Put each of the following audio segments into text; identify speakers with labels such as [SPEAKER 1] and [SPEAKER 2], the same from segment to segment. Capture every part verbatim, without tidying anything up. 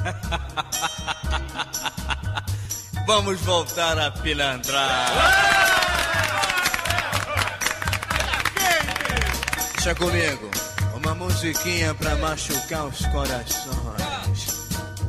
[SPEAKER 1] Vamos voltar a pilantrar. Deixa comigo, uma musiquinha pra machucar os corações.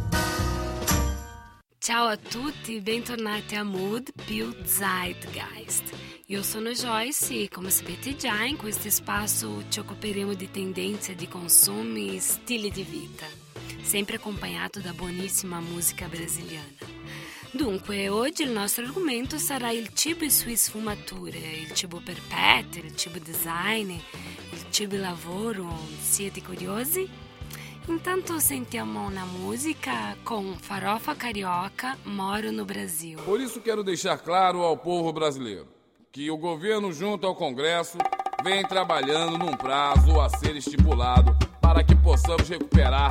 [SPEAKER 2] Ciao a tutti, bentornati a Mood più Zeitgeist. Io sono Joyce e, come sapete già, in questo spazio ci occuperemo di tendenze di consumo e stili di vita, sempre accompagnato da buonissima musica brasiliana. Dunque, oggi il nostro argomento sarà il cibo e sue sfumature, il cibo per pet, il cibo design, il cibo lavoro. Siete curiosi? Intanto sentiamo una musica com Farofa Carioca, Moro no Brasil.
[SPEAKER 3] Por isso quero deixar claro ao povo brasileiro que o governo junto ao Congresso vem trabalhando num prazo a ser estipulado para que possamos recuperar.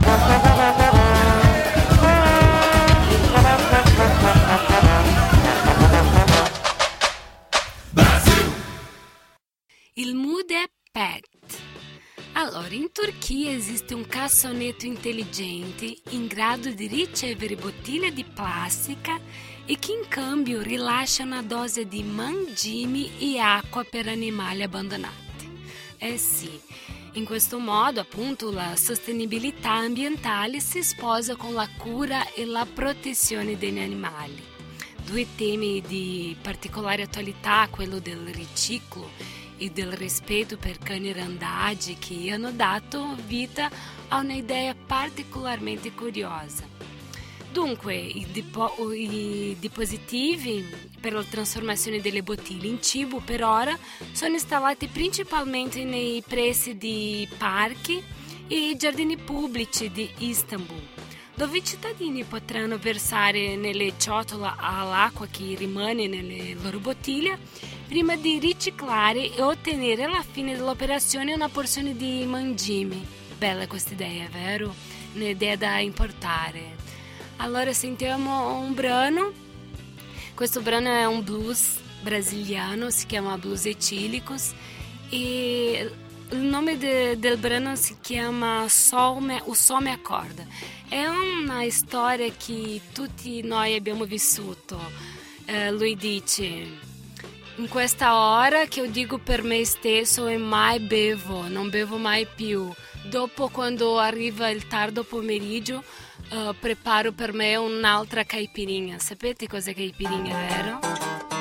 [SPEAKER 2] Brasil! Il mood è pet. Allora, in Turchia esiste un cassonetto intelligente in grado di ricevere bottiglie di plastica e che in cambio rilascia una dose di mangimi e acqua per animali abbandonati. Eh sì, in questo modo appunto la sostenibilità ambientale si sposa con la cura e la protezione degli animali. Due temi di particolare attualità, quello del riciclo e del rispetto per cani randagi, che hanno dato vita a un'idea particolarmente curiosa. Dunque, i, depo- i dispositivi per la trasformazione delle bottiglie in cibo per ora sono installati principalmente nei pressi di parchi e giardini pubblici di Istanbul, dove i cittadini potranno versare nelle ciotole l'acqua che rimane nelle loro bottiglie prima di riciclare e ottenere alla fine dell'operazione una porzione di mangimi. Bella questa idea, vero? Un'idea da importare. Allora sentiamo un brano. Questo brano è un blues brasiliano, si chiama Blues Etílicos e il nome de, del brano si chiama Sol me, O Sol Me Accorda. È una storia che tutti noi abbiamo vissuto. Eh, lui dice: in questa ora che io dico per me stesso e mai bevo, non bevo mai più. Dopo, quando arriva il tardo pomeriggio, uh, preparo per me un'altra caipirinha. Sapete cos'è caipirinha, vero?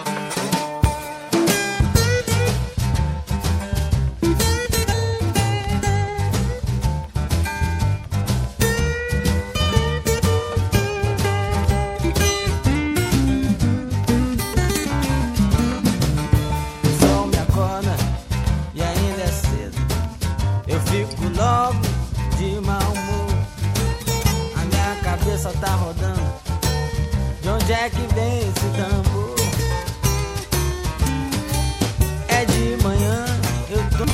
[SPEAKER 4] Tá rodando, de onde é que vem esse tambor? É de manhã, eu tô...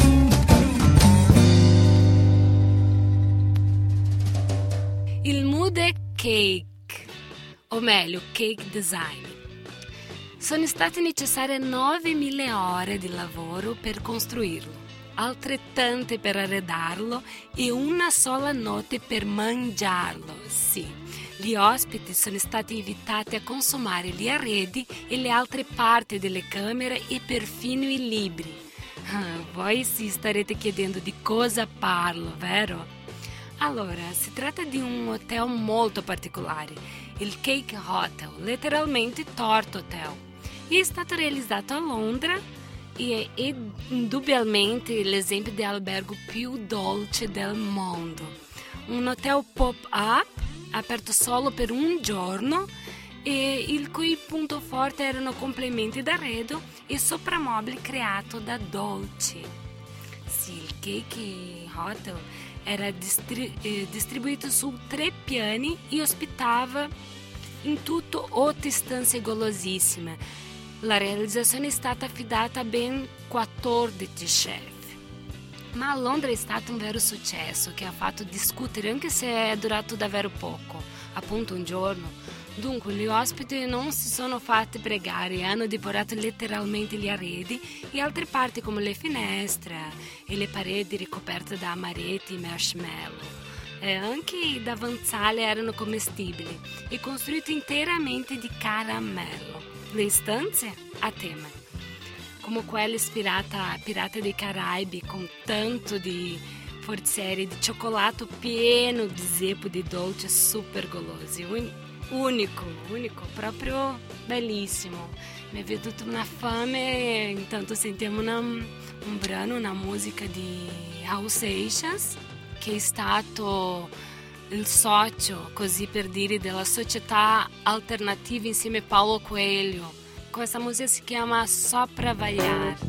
[SPEAKER 2] Il mood è cake, o meglio, cake design. Sono state necessarie novemila ore di lavoro per costruirlo, altrettante per arredarlo e una sola notte per mangiarlo. Sì, gli ospiti sono stati invitati a consumare gli arredi e le altre parti delle camere e perfino i libri. Ah, voi si starete chiedendo di cosa parlo, vero? Allora, si tratta di un hotel molto particolare, il Cake Hotel, letteralmente Torta Hotel. E è stato realizzato a Londra e è indubbiamente l'esempio di albergo più dolce del mondo. Un hotel pop-up aperto solo per un giorno e il cui punto forte erano complementi d'arredo e soprammobili creati da dolci. Sì, il Cake Hotel era distri- eh, distribuito su tre piani e ospitava in tutto otto stanze golosissime. La realizzazione è stata affidata a ben quattordici chef. Ma a Londra è stato un vero successo che ha fatto discutere, anche se è durato davvero poco, appunto un giorno. Dunque gli ospiti non si sono fatti pregare e hanno divorato letteralmente gli arredi e altre parti come le finestre e le pareti ricoperte da amaretti e marshmallow. e anche i davanzali erano commestibili e costruiti interamente di caramello. Le stanze a tema, come quella ispirata a Pirata dei Caraibi, con tanto di forziere di cioccolato pieno di zeppo di dolce super golosi. Unico, unico, proprio bellissimo. Mi è venuta una fame, intanto sentiamo una, un brano, una musica di Raul Seixas, che è stato il socio, così per dire, della società alternativa insieme a Paulo Coelho. Questa musica si chiama Sopra Vagliar.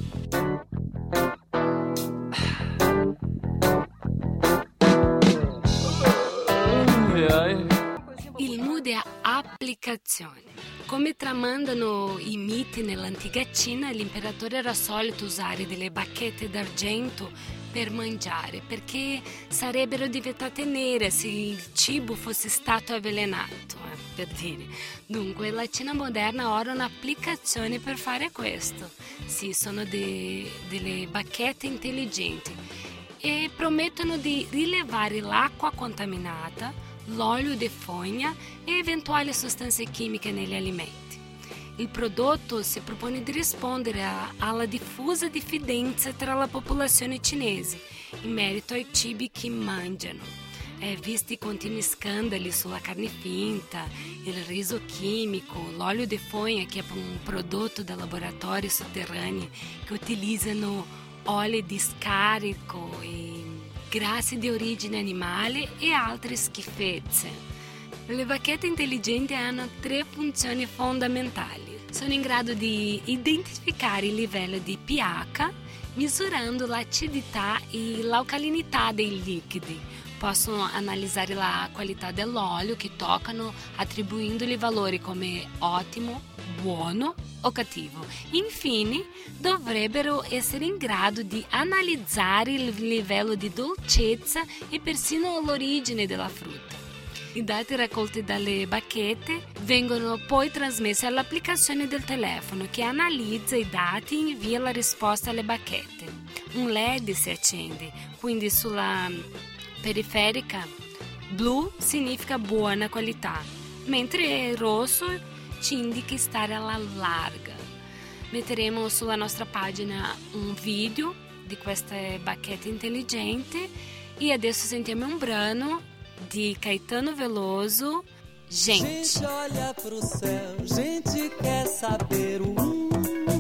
[SPEAKER 2] Il mood è applicazione. Come tramandano i miti nell'antica Cina, l'imperatore era solito usare delle bacchette d'argento per mangiare, perché sarebbero diventate nere se il cibo fosse stato avvelenato, eh, per dire. Dunque la Cina moderna ora ha un'applicazione per fare questo. Sì, sono de- delle bacchette intelligenti e promettono di rilevare l'acqua contaminata, l'olio di fogna e eventuali sostanze chimiche negli alimenti. Il prodotto si propone di rispondere a, alla diffusa diffidenza tra la popolazione cinese in merito ai cibi che mangiano. Eh, visti i continui scandali sulla carne finta, il riso chimico, l'olio di fogna, che è un prodotto da laboratori sotterranei che utilizzano oli di scarico e grassi di origine animale e altre schifezze. Le bacchette intelligenti hanno tre funzioni fondamentali. Sono in grado di identificare il livello di pH misurando l'acidità e l'alcalinità dei liquidi. Possono analizzare la qualità dell'olio che toccano, attribuendogli valori come ottimo, buono o cattivo. Infine, dovrebbero essere in grado di analizzare il livello di dolcezza e persino l'origine della frutta. I dati raccolti dalle bacchette vengono poi trasmessi all'applicazione del telefono, che analizza i dati e invia la risposta alle bacchette. Un L E D si accende, quindi sulla periferica blu significa buona qualità, mentre rosso ci indica stare alla larga. Metteremo sulla nostra pagina un video di queste bacchette intelligenti e adesso sentiamo un brano di Caetano Veloso, Gente.
[SPEAKER 4] Gente olha pro céu, gente quer saber o um.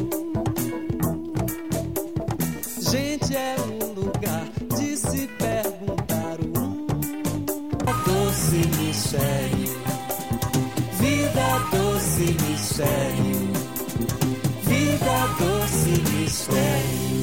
[SPEAKER 4] Gente é um lugar de se perguntar o um. Doce mistério, vida doce mistério, vida doce mistério.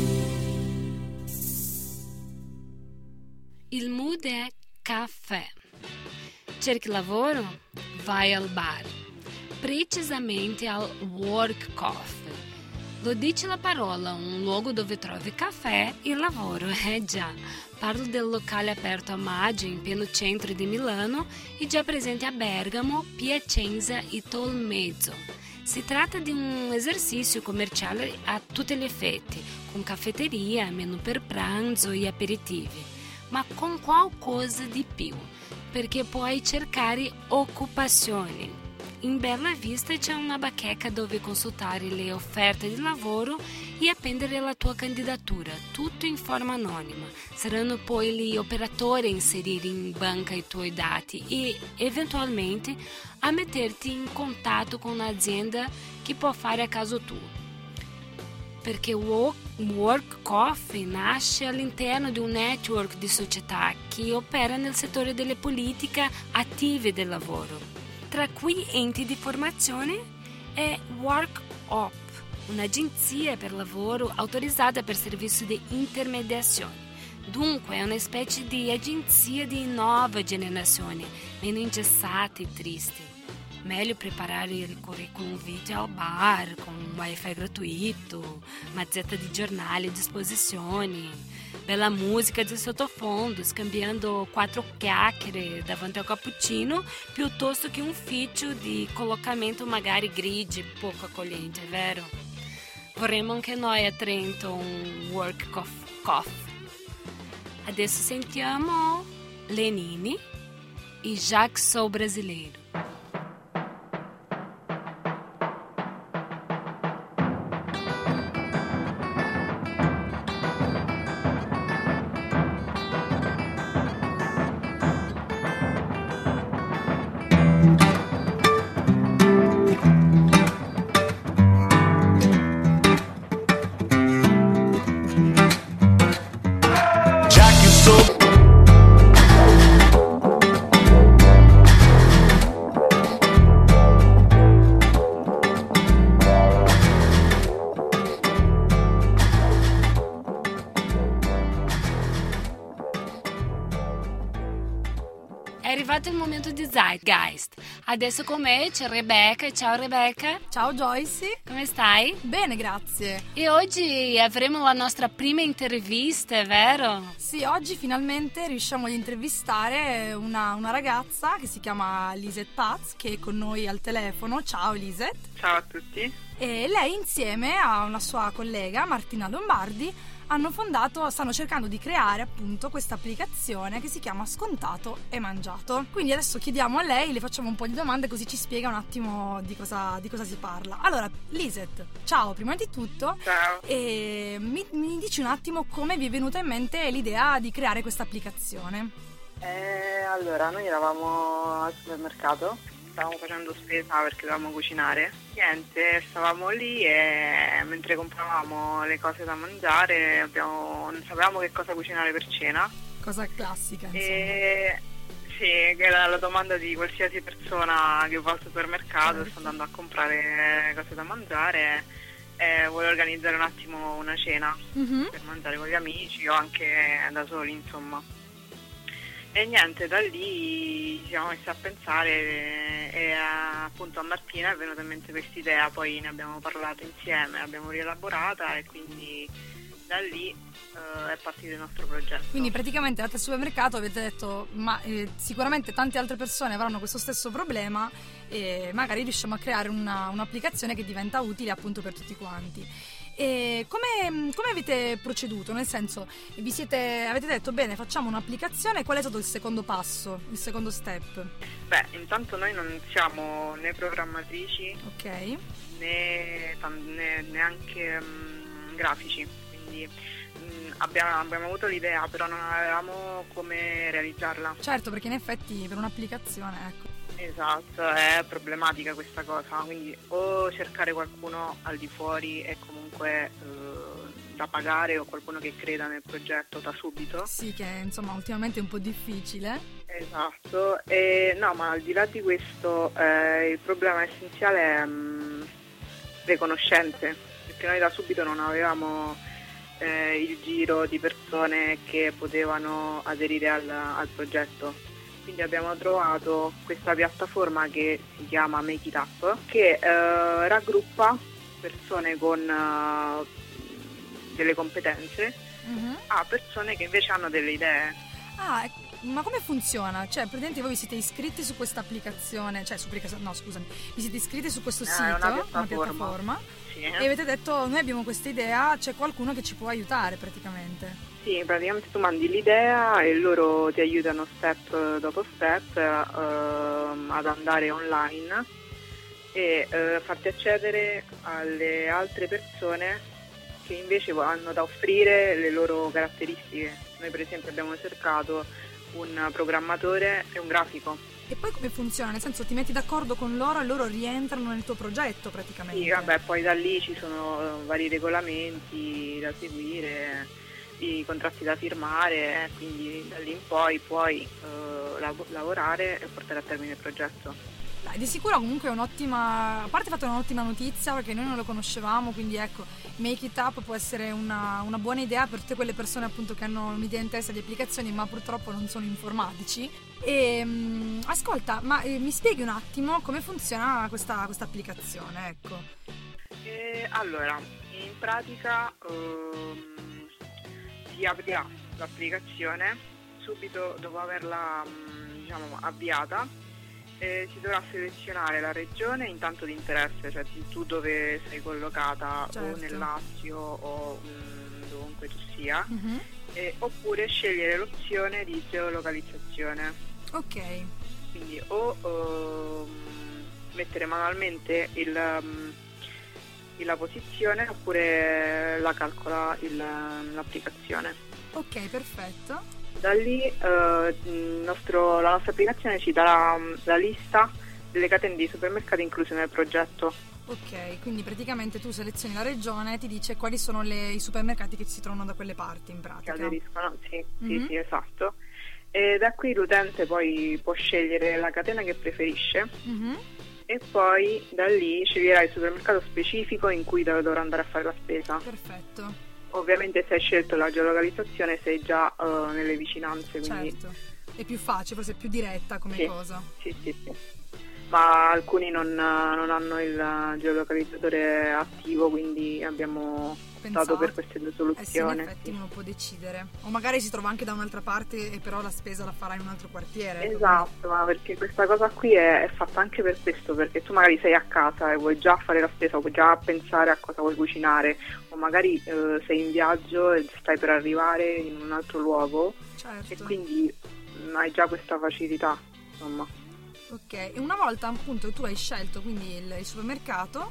[SPEAKER 2] Il mood è caffè. Cerchi lavoro? Vai al bar, precisamente al Work Coffee. Lo dice la parola, un luogo dove trovi caffè e lavoro. Eh già, parlo del locale aperto a maggio in pieno centro di Milano e già presente a Bergamo, Piacenza e Tolmezzo. Si tratta di un esercizio commerciale a tutti gli effetti, con caffetteria, menù per pranzo e aperitivi, ma con qualcosa di più, perché puoi cercare occupazioni. In Bella Vista c'è una bacheca dove consultare le offerte di lavoro e appendere la tua candidatura, tutto in forma anonima. Saranno poi gli operatori a inserire in banca i tuoi dati e, eventualmente, a metterti in contatto con un'azienda che può fare a caso tuo. Perché Work Coffee nasce all'interno di un network di società che opera nel settore delle politiche attive del lavoro. Tra cui enti di formazione è WorkOp, un'agenzia per lavoro autorizzata per servizio di intermediazione. Dunque è una specie di agenzia di nuova generazione, meno ingessata e triste. Meglio preparare il curriculum vitae al bar, con wifi gratuito, mazzetta di giornali a disposizione, bella musica di sottofondo, scambiando quattro chiacchiere davanti al cappuccino, piuttosto che un ufficio di collocamento magari grigio e poco accogliente, è vero? Vorremmo anche noi a Trento un work coffee. Adesso sentiamo Lenine e Já Que Sou Brasileiro. È arrivato il momento di Zeitgeist. Adesso con me c'è Rebecca. Ciao Rebecca.
[SPEAKER 5] Ciao Joyce.
[SPEAKER 2] Come stai?
[SPEAKER 5] Bene, grazie.
[SPEAKER 2] E oggi avremo la nostra prima intervista, vero?
[SPEAKER 5] Sì, oggi finalmente riusciamo ad intervistare una, una ragazza che si chiama Lisette Paz, che è con noi al telefono. Ciao Lisette.
[SPEAKER 6] Ciao a tutti.
[SPEAKER 5] E lei insieme a una sua collega, Martina Lombardi, hanno fondato, stanno cercando di creare appunto questa applicazione che si chiama Scontato e Mangiato. Quindi adesso chiediamo a lei, le facciamo un po' di domande così ci spiega un attimo di cosa, di cosa si parla. Allora, Lisette, ciao prima di tutto.
[SPEAKER 6] Ciao.
[SPEAKER 5] E mi, mi dici un attimo come vi è venuta in mente l'idea di creare questa applicazione?
[SPEAKER 6] Eh, allora, noi eravamo al supermercato, stavamo facendo spesa perché dovevamo cucinare. Niente, stavamo lì e mentre compravamo le cose da mangiare abbiamo, non sapevamo che cosa cucinare per cena.
[SPEAKER 5] Cosa classica, insomma.
[SPEAKER 6] E sì, che era la domanda di qualsiasi persona che va al supermercato,
[SPEAKER 5] Certo.
[SPEAKER 6] sta andando a comprare cose da mangiare e vuole organizzare un attimo una cena
[SPEAKER 5] Mhm.
[SPEAKER 6] per mangiare con gli amici o anche da soli, insomma. E niente, da lì ci siamo messi a pensare e a, appunto a Martina è venuta in mente questa idea, poi ne abbiamo parlato insieme, l'abbiamo rielaborata e quindi da lì eh, è partito il nostro progetto.
[SPEAKER 5] Quindi praticamente andate al supermercato, avete detto ma eh, sicuramente tante altre persone avranno questo stesso problema e magari riusciamo a creare una, un'applicazione che diventa utile appunto per tutti quanti. E come, come avete proceduto? Nel senso, vi siete, avete detto bene, facciamo un'applicazione, qual è stato il secondo passo, il secondo step?
[SPEAKER 6] Beh, intanto noi non siamo né programmatrici
[SPEAKER 5] Ok,
[SPEAKER 6] né, tan- né neanche mm, grafici, quindi mm, abbiamo, abbiamo avuto l'idea però non avevamo come realizzarla.
[SPEAKER 5] certo, perché in effetti per un'applicazione, ecco.
[SPEAKER 6] Esatto, è problematica questa cosa, quindi o cercare qualcuno al di fuori e comunque eh, da pagare o qualcuno che creda nel progetto da subito.
[SPEAKER 5] Sì, che insomma ultimamente è un po' difficile.
[SPEAKER 6] Esatto, e no, ma al di là di questo eh, il problema essenziale è mh, le conoscenze, perché noi da subito non avevamo eh, il giro di persone che potevano aderire al, al progetto. Quindi abbiamo trovato questa piattaforma che si chiama Make It Up, che eh, raggruppa persone con eh, delle competenze
[SPEAKER 5] Mhm.
[SPEAKER 6] a persone che invece hanno delle idee.
[SPEAKER 5] Ah, ec- ma come funziona? Cioè, praticamente voi vi siete iscritti su questa applicazione, cioè su applicazione, no scusami, vi siete iscritti su questo
[SPEAKER 6] Eh,
[SPEAKER 5] sito,
[SPEAKER 6] una
[SPEAKER 5] una
[SPEAKER 6] piattaforma.
[SPEAKER 5] piattaforma,
[SPEAKER 6] Sì,
[SPEAKER 5] e avete detto noi abbiamo questa idea, c'è qualcuno che ci può aiutare praticamente.
[SPEAKER 6] sì, praticamente tu mandi l'idea e loro ti aiutano step dopo step ehm, ad andare online e eh, farti accedere alle altre persone che invece hanno da offrire le loro caratteristiche. Noi per esempio abbiamo cercato un programmatore e un grafico.
[SPEAKER 5] E poi come funziona? Nel senso ti metti d'accordo con loro e loro rientrano nel tuo progetto praticamente.
[SPEAKER 6] Sì, vabbè, poi da lì ci sono eh, vari regolamenti da seguire, i contratti da firmare, eh, quindi da lì in poi puoi eh, lav- lavorare e portare a termine il progetto.
[SPEAKER 5] Dai, di sicuro comunque è un'ottima, a parte fatto un'ottima notizia perché noi non lo conoscevamo, quindi ecco, Make It Up può essere una, una buona idea per tutte quelle persone appunto che hanno un'idea in testa di applicazioni ma purtroppo non sono informatici. E mh, ascolta, ma eh, mi spieghi un attimo come funziona questa, questa applicazione, ecco.
[SPEAKER 6] E allora, in pratica ehm, si aprirà l'applicazione subito dopo averla mh, diciamo, avviata. Eh, si dovrà selezionare la regione intanto di interesse, cioè tu dove sei collocata,
[SPEAKER 5] Certo.
[SPEAKER 6] o nel Lazio o mh, dovunque tu sia,
[SPEAKER 5] Mhm.
[SPEAKER 6] eh, oppure scegliere l'opzione di geolocalizzazione.
[SPEAKER 5] Ok.
[SPEAKER 6] Quindi o ehm, mettere manualmente il, um, la posizione oppure la calcola il, l'applicazione.
[SPEAKER 5] Ok, perfetto.
[SPEAKER 6] Da lì eh, il nostro, la nostra applicazione ci darà um, la lista delle catene di supermercati incluse nel progetto.
[SPEAKER 5] Ok, quindi praticamente tu selezioni la regione e ti dice quali sono le, i supermercati che si trovano da quelle parti in pratica.
[SPEAKER 6] Che aderiscono, sì,
[SPEAKER 5] mm-hmm.
[SPEAKER 6] sì, sì, esatto. E da qui l'utente poi può scegliere la catena che preferisce
[SPEAKER 5] mm-hmm.
[SPEAKER 6] e poi da lì sceglierà il supermercato specifico in cui dovrà andare a fare la spesa.
[SPEAKER 5] Perfetto.
[SPEAKER 6] Ovviamente se hai scelto la geolocalizzazione sei già uh, nelle vicinanze, quindi
[SPEAKER 5] certo. È più facile, forse è più diretta come
[SPEAKER 6] sì,
[SPEAKER 5] cosa.
[SPEAKER 6] Sì, sì, sì. Ma alcuni non, non hanno il geolocalizzatore attivo, quindi abbiamo
[SPEAKER 5] Pensato.
[SPEAKER 6] optato per queste due soluzioni.
[SPEAKER 5] Eh sì, in effetti uno può decidere. O magari si trova anche da un'altra parte e però la spesa la farà in un altro quartiere.
[SPEAKER 6] Esatto, ma perché questa cosa qui è, è fatta anche per questo, perché tu magari sei a casa e vuoi già fare la spesa, vuoi già pensare a cosa vuoi cucinare, o magari eh, sei in viaggio e stai per arrivare in un altro luogo,
[SPEAKER 5] certo.
[SPEAKER 6] E quindi mh, hai già questa facilità, insomma.
[SPEAKER 5] Ok, e una volta appunto tu hai scelto quindi il, il supermercato,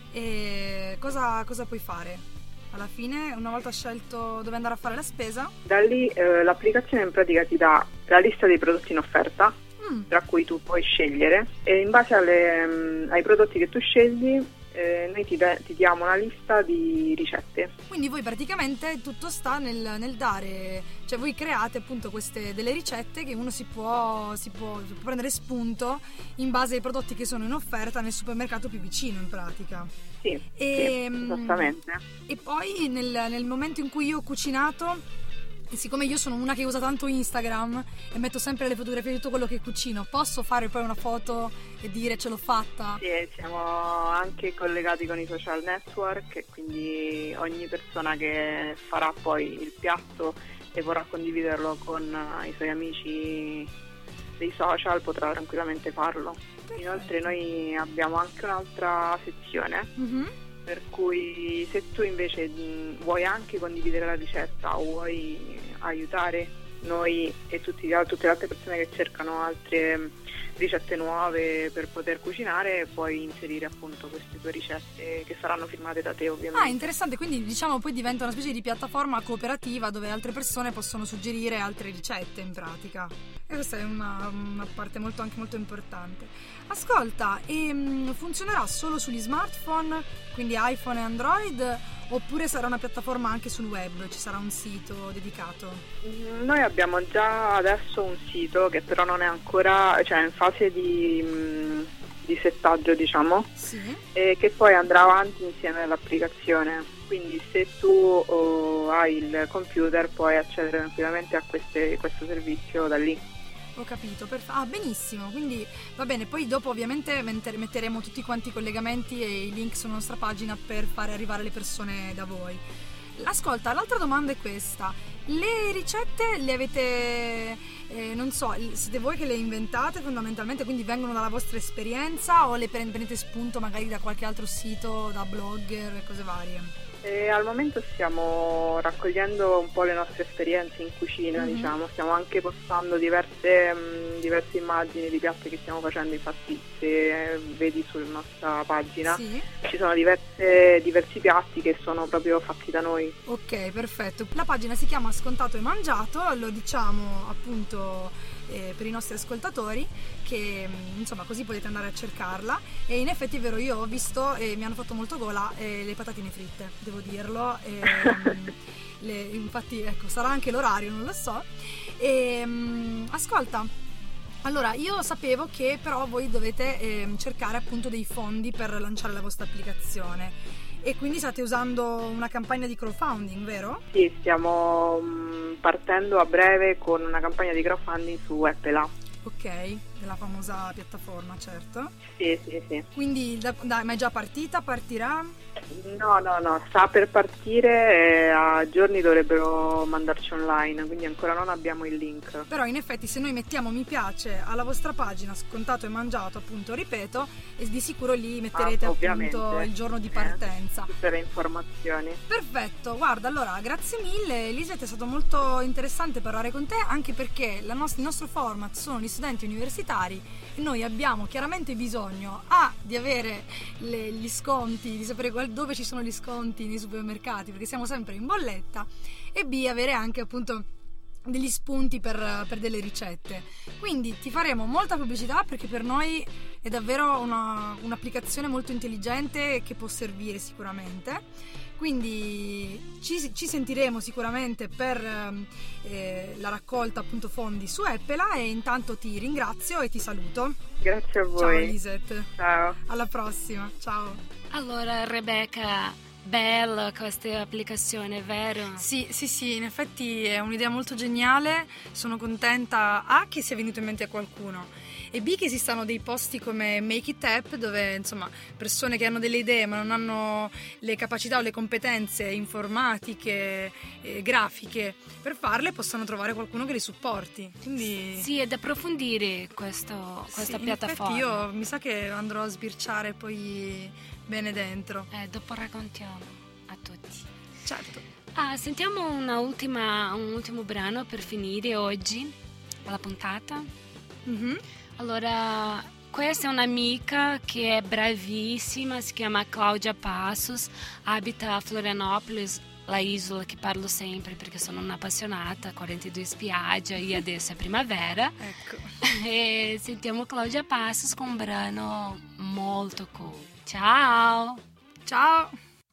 [SPEAKER 5] e cosa, cosa puoi fare? Alla fine, una volta scelto dove andare a fare la spesa?
[SPEAKER 6] Da lì eh, l'applicazione in pratica ti dà la lista dei prodotti in offerta, mm. tra cui tu puoi scegliere, e in base alle, mh, ai prodotti che tu scegli eh, noi ti, de- ti diamo una lista di ricette.
[SPEAKER 5] Quindi voi praticamente tutto sta nel, nel dare, cioè voi create appunto queste delle ricette che uno si può, si può, si può prendere spunto in base ai prodotti che sono in offerta nel supermercato più vicino in pratica.
[SPEAKER 6] Sì,
[SPEAKER 5] e,
[SPEAKER 6] sì, esattamente.
[SPEAKER 5] E poi nel, nel momento in cui io ho cucinato, e siccome io sono una che usa tanto Instagram e metto sempre le fotografie di tutto quello che cucino, posso fare poi una foto e dire ce l'ho fatta?
[SPEAKER 6] Sì, siamo anche collegati con i social network e quindi ogni persona che farà poi il piatto e vorrà condividerlo con i suoi amici dei social potrà tranquillamente farlo. Perfetto. Inoltre noi abbiamo anche un'altra sezione mm-hmm. per cui se tu invece mh, vuoi anche condividere la ricetta o vuoi aiutare noi e tutti, tutte le altre persone che cercano altre ricette nuove per poter cucinare, puoi inserire appunto queste tue ricette che saranno firmate da te ovviamente.
[SPEAKER 5] Ah, interessante, quindi diciamo poi diventa una specie di piattaforma cooperativa dove altre persone possono suggerire altre ricette in pratica. E questa è una, una parte molto, anche molto importante. Ascolta, e, mh, funzionerà solo sugli smartphone, quindi iPhone e Android, oppure sarà una piattaforma anche sul web, ci sarà un sito dedicato?
[SPEAKER 6] Noi abbiamo già adesso un sito che però non è ancora, cioè in fase di, mh, di settaggio diciamo,
[SPEAKER 5] sì.
[SPEAKER 6] E che poi andrà avanti insieme all'applicazione, quindi se tu oh, hai il computer puoi accedere tranquillamente a queste, questo servizio da lì.
[SPEAKER 5] Ho capito, perf- ah benissimo, quindi va bene, poi dopo ovviamente metteremo tutti quanti i collegamenti e i link sulla nostra pagina per fare arrivare le persone da voi. Ascolta, l'altra domanda è questa: le ricette le avete, eh, non so, siete voi che le inventate fondamentalmente, quindi vengono dalla vostra esperienza o le prendete spunto magari da qualche altro sito, da blogger e cose varie?
[SPEAKER 6] E al momento stiamo raccogliendo un po' le nostre esperienze in cucina, mm-hmm. diciamo, stiamo anche postando diverse, mh, diverse immagini di piatti che stiamo facendo, infatti se vedi sulla nostra pagina
[SPEAKER 5] sì.
[SPEAKER 6] ci sono diverse, diversi piatti che sono proprio fatti da noi.
[SPEAKER 5] Ok, perfetto. La pagina si chiama Scontato e Mangiato, lo diciamo appunto eh, per i nostri ascoltatori che insomma così potete andare a cercarla, e in effetti è vero, io ho visto e mi hanno fatto molto gola eh, le patatine fritte, devo dirlo, e, le, infatti ecco sarà anche l'orario, non lo so. E, um, ascolta, allora io sapevo che però voi dovete eh, cercare appunto dei fondi per lanciare la vostra applicazione, e quindi state usando una campagna di crowdfunding, vero?
[SPEAKER 6] Sì, stiamo mh, partendo a breve con una campagna di crowdfunding su Apple.
[SPEAKER 5] Ok. nella famosa piattaforma, certo.
[SPEAKER 6] Sì, sì, sì.
[SPEAKER 5] Quindi, da, da, ma è già partita? Partirà?
[SPEAKER 6] No, no, no, sta per partire e a giorni dovrebbero mandarci online, quindi ancora non abbiamo il link.
[SPEAKER 5] Però in effetti se noi mettiamo mi piace alla vostra pagina, scontato e mangiato, appunto, ripeto, e di sicuro lì metterete
[SPEAKER 6] Ah,
[SPEAKER 5] appunto il giorno di partenza.
[SPEAKER 6] Eh, tutte le informazioni.
[SPEAKER 5] Perfetto, guarda, allora grazie mille Elisabeth, è stato molto interessante parlare con te, anche perché la nost- il nostro format sono gli studenti universitari e noi abbiamo chiaramente bisogno A di avere le, gli sconti, di sapere qual- dove ci sono gli sconti nei supermercati, perché siamo sempre in bolletta, e B avere anche appunto degli spunti per, per delle ricette. Quindi ti faremo molta pubblicità, perché per noi è davvero una, un'applicazione molto intelligente che può servire sicuramente. Quindi ci, ci sentiremo sicuramente per eh, la raccolta appunto fondi su Epela, e intanto ti ringrazio e ti saluto.
[SPEAKER 6] Grazie a voi.
[SPEAKER 5] Ciao Elisabeth.
[SPEAKER 6] Ciao.
[SPEAKER 5] Alla prossima. Ciao.
[SPEAKER 2] Allora Rebecca, bella questa applicazione, vero?
[SPEAKER 5] Sì, sì, sì, in effetti è un'idea molto geniale, sono contenta A che sia venuto in mente a qualcuno, e B che esistano dei posti come Make It App, dove insomma persone che hanno delle idee ma non hanno le capacità o le competenze informatiche e grafiche per farle, possano trovare qualcuno che li supporti. Quindi
[SPEAKER 2] Sì, è da approfondire questo, questa
[SPEAKER 5] sì,
[SPEAKER 2] piattaforma.
[SPEAKER 5] in effetti io mi sa che andrò a sbirciare poi bene dentro.
[SPEAKER 2] Eh, dopo raccontiamo a tutti.
[SPEAKER 5] Certo.
[SPEAKER 2] Ah, sentiamo una ultima, un ultimo brano per finire oggi la puntata.
[SPEAKER 5] Mhm.
[SPEAKER 2] Allora, questa è un'amica che è bravissima, si chiama Cláudia Passos, abita a Florianópolis, la isola che parlo sempre perché sono un'appassionata, quarantadue spiaggia e adesso è primavera.
[SPEAKER 5] Ecco.
[SPEAKER 2] E sentiamo Cláudia Passos con un brano molto cool. Ciao!
[SPEAKER 5] Ciao!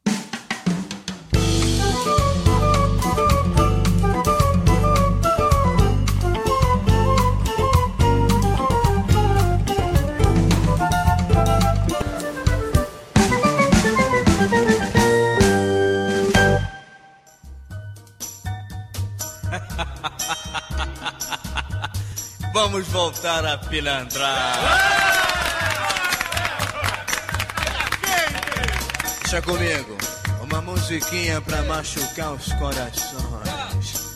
[SPEAKER 1] Vamos voltar a pilantrar. Deixa comigo, uma musiquinha pra machucar os corações.